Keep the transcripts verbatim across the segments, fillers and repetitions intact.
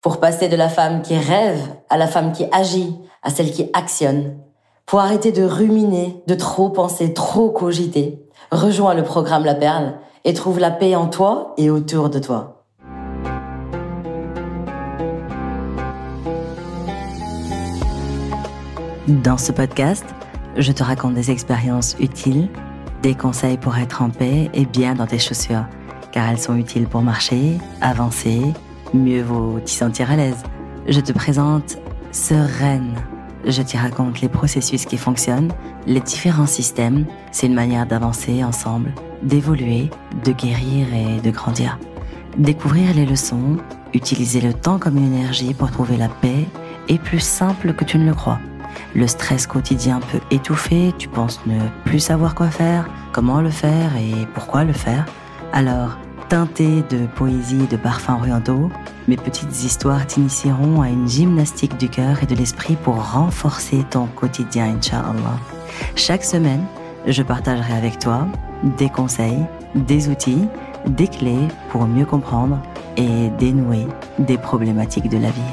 Pour passer de la femme qui rêve à la femme qui agit, à celle qui actionne. Pour arrêter de ruminer, de trop penser, trop cogiter. Rejoins le programme La Perle et trouve la paix en toi et autour de toi. Dans ce podcast, je te raconte des expériences utiles, des conseils pour être en paix et bien dans tes chaussures, car elles sont utiles pour marcher, avancer, mieux vaut t'y sentir à l'aise. Je te présente Sereine. Je t'y raconte les processus qui fonctionnent, les différents systèmes. C'est une manière d'avancer ensemble, d'évoluer, de guérir et de grandir. Découvrir les leçons, utiliser le temps comme une énergie pour trouver la paix est plus simple que tu ne le crois. Le stress quotidien peut étouffer, tu penses ne plus savoir quoi faire, comment le faire et pourquoi le faire. Alors, teinté de poésie et de parfums orientaux, mes petites histoires t'initieront à une gymnastique du cœur et de l'esprit pour renforcer ton quotidien, Inch'Allah. Chaque semaine, je partagerai avec toi des conseils, des outils, des clés pour mieux comprendre et dénouer des problématiques de la vie.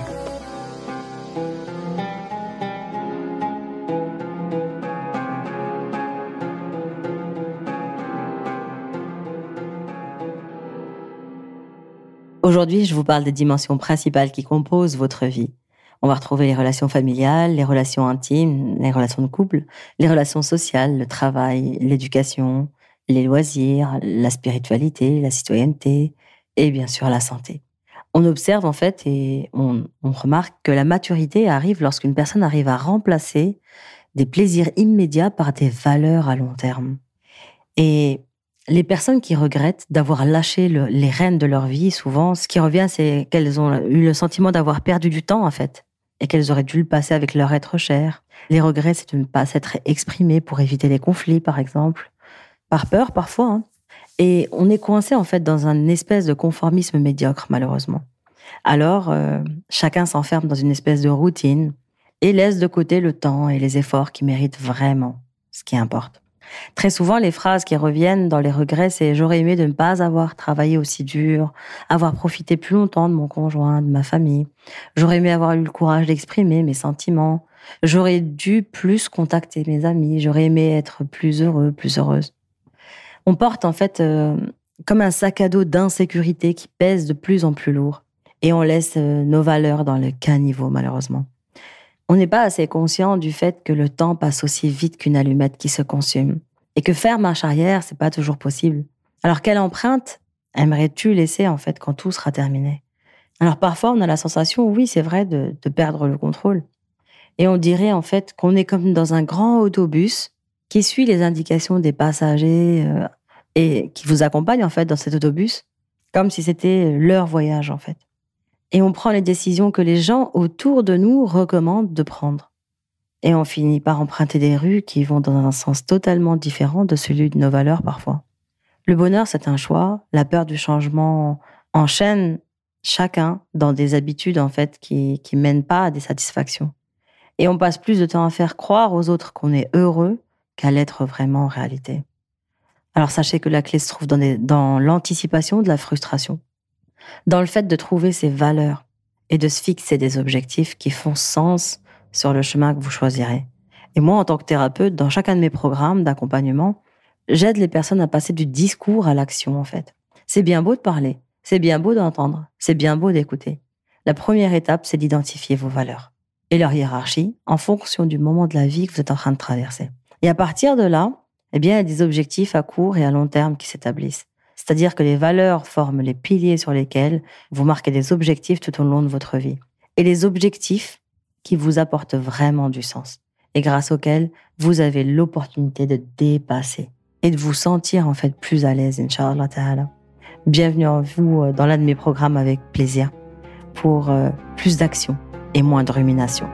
Aujourd'hui, je vous parle des dimensions principales qui composent votre vie. On va retrouver les relations familiales, les relations intimes, les relations de couple, les relations sociales, le travail, l'éducation, les loisirs, la spiritualité, la citoyenneté et bien sûr la santé. On observe en fait et on, on remarque que la maturité arrive lorsqu'une personne arrive à remplacer des plaisirs immédiats par des valeurs à long terme. Et les personnes qui regrettent d'avoir lâché le, les rênes de leur vie, souvent, ce qui revient, c'est qu'elles ont eu le sentiment d'avoir perdu du temps, en fait, et qu'elles auraient dû le passer avec leur être cher. Les regrets, c'est de ne pas s'être exprimé pour éviter les conflits, par exemple, par peur, parfois. Hein. Et on est coincé, en fait, dans une espèce de conformisme médiocre, malheureusement. Alors, euh, chacun s'enferme dans une espèce de routine et laisse de côté le temps et les efforts qui méritent vraiment ce qui importe. Très souvent, les phrases qui reviennent dans les regrets, c'est « j'aurais aimé de ne pas avoir travaillé aussi dur, avoir profité plus longtemps de mon conjoint, de ma famille. J'aurais aimé avoir eu le courage d'exprimer mes sentiments. J'aurais dû plus contacter mes amis. J'aurais aimé être plus heureux, plus heureuse. » On porte en fait euh, comme un sac à dos d'insécurité qui pèse de plus en plus lourd. Et on laisse euh, nos valeurs dans le caniveau, malheureusement. On n'est pas assez conscient du fait que le temps passe aussi vite qu'une allumette qui se consume et que faire marche arrière, c'est pas toujours possible. Alors quelle empreinte aimerais-tu laisser en fait quand tout sera terminé ? Alors parfois on a la sensation, oui c'est vrai, de, de perdre le contrôle. Et on dirait en fait qu'on est comme dans un grand autobus qui suit les indications des passagers euh, et qui vous accompagne en fait dans cet autobus comme si c'était leur voyage en fait. Et on prend les décisions que les gens autour de nous recommandent de prendre. Et on finit par emprunter des rues qui vont dans un sens totalement différent de celui de nos valeurs parfois. Le bonheur, c'est un choix. La peur du changement enchaîne chacun dans des habitudes en fait qui qui mènent pas à des satisfactions. Et on passe plus de temps à faire croire aux autres qu'on est heureux qu'à l'être vraiment en réalité. Alors sachez que la clé se trouve dans, des, dans l'anticipation de la frustration. Dans le fait de trouver ses valeurs et de se fixer des objectifs qui font sens sur le chemin que vous choisirez. Et moi, en tant que thérapeute, dans chacun de mes programmes d'accompagnement, j'aide les personnes à passer du discours à l'action, en fait. C'est bien beau de parler, c'est bien beau d'entendre, c'est bien beau d'écouter. La première étape, c'est d'identifier vos valeurs et leur hiérarchie en fonction du moment de la vie que vous êtes en train de traverser. Et à partir de là, eh bien, il y a des objectifs à court et à long terme qui s'établissent. C'est-à-dire que les valeurs forment les piliers sur lesquels vous marquez des objectifs tout au long de votre vie. Et les objectifs qui vous apportent vraiment du sens et grâce auxquels vous avez l'opportunité de dépasser et de vous sentir en fait plus à l'aise, Inch'Allah Ta'ala. Bienvenue en vous dans l'un de mes programmes avec plaisir pour euh, plus d'action et moins de rumination.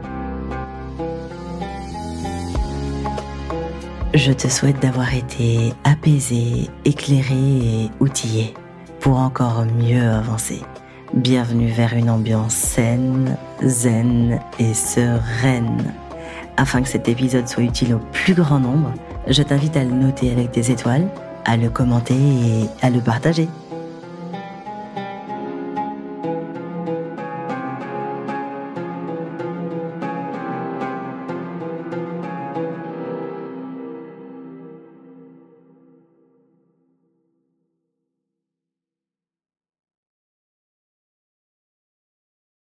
Je te souhaite d'avoir été apaisé, éclairé et outillé pour encore mieux avancer. Bienvenue vers une ambiance saine, zen et sereine. Afin que cet épisode soit utile au plus grand nombre, je t'invite à le noter avec des étoiles, à le commenter et à le partager.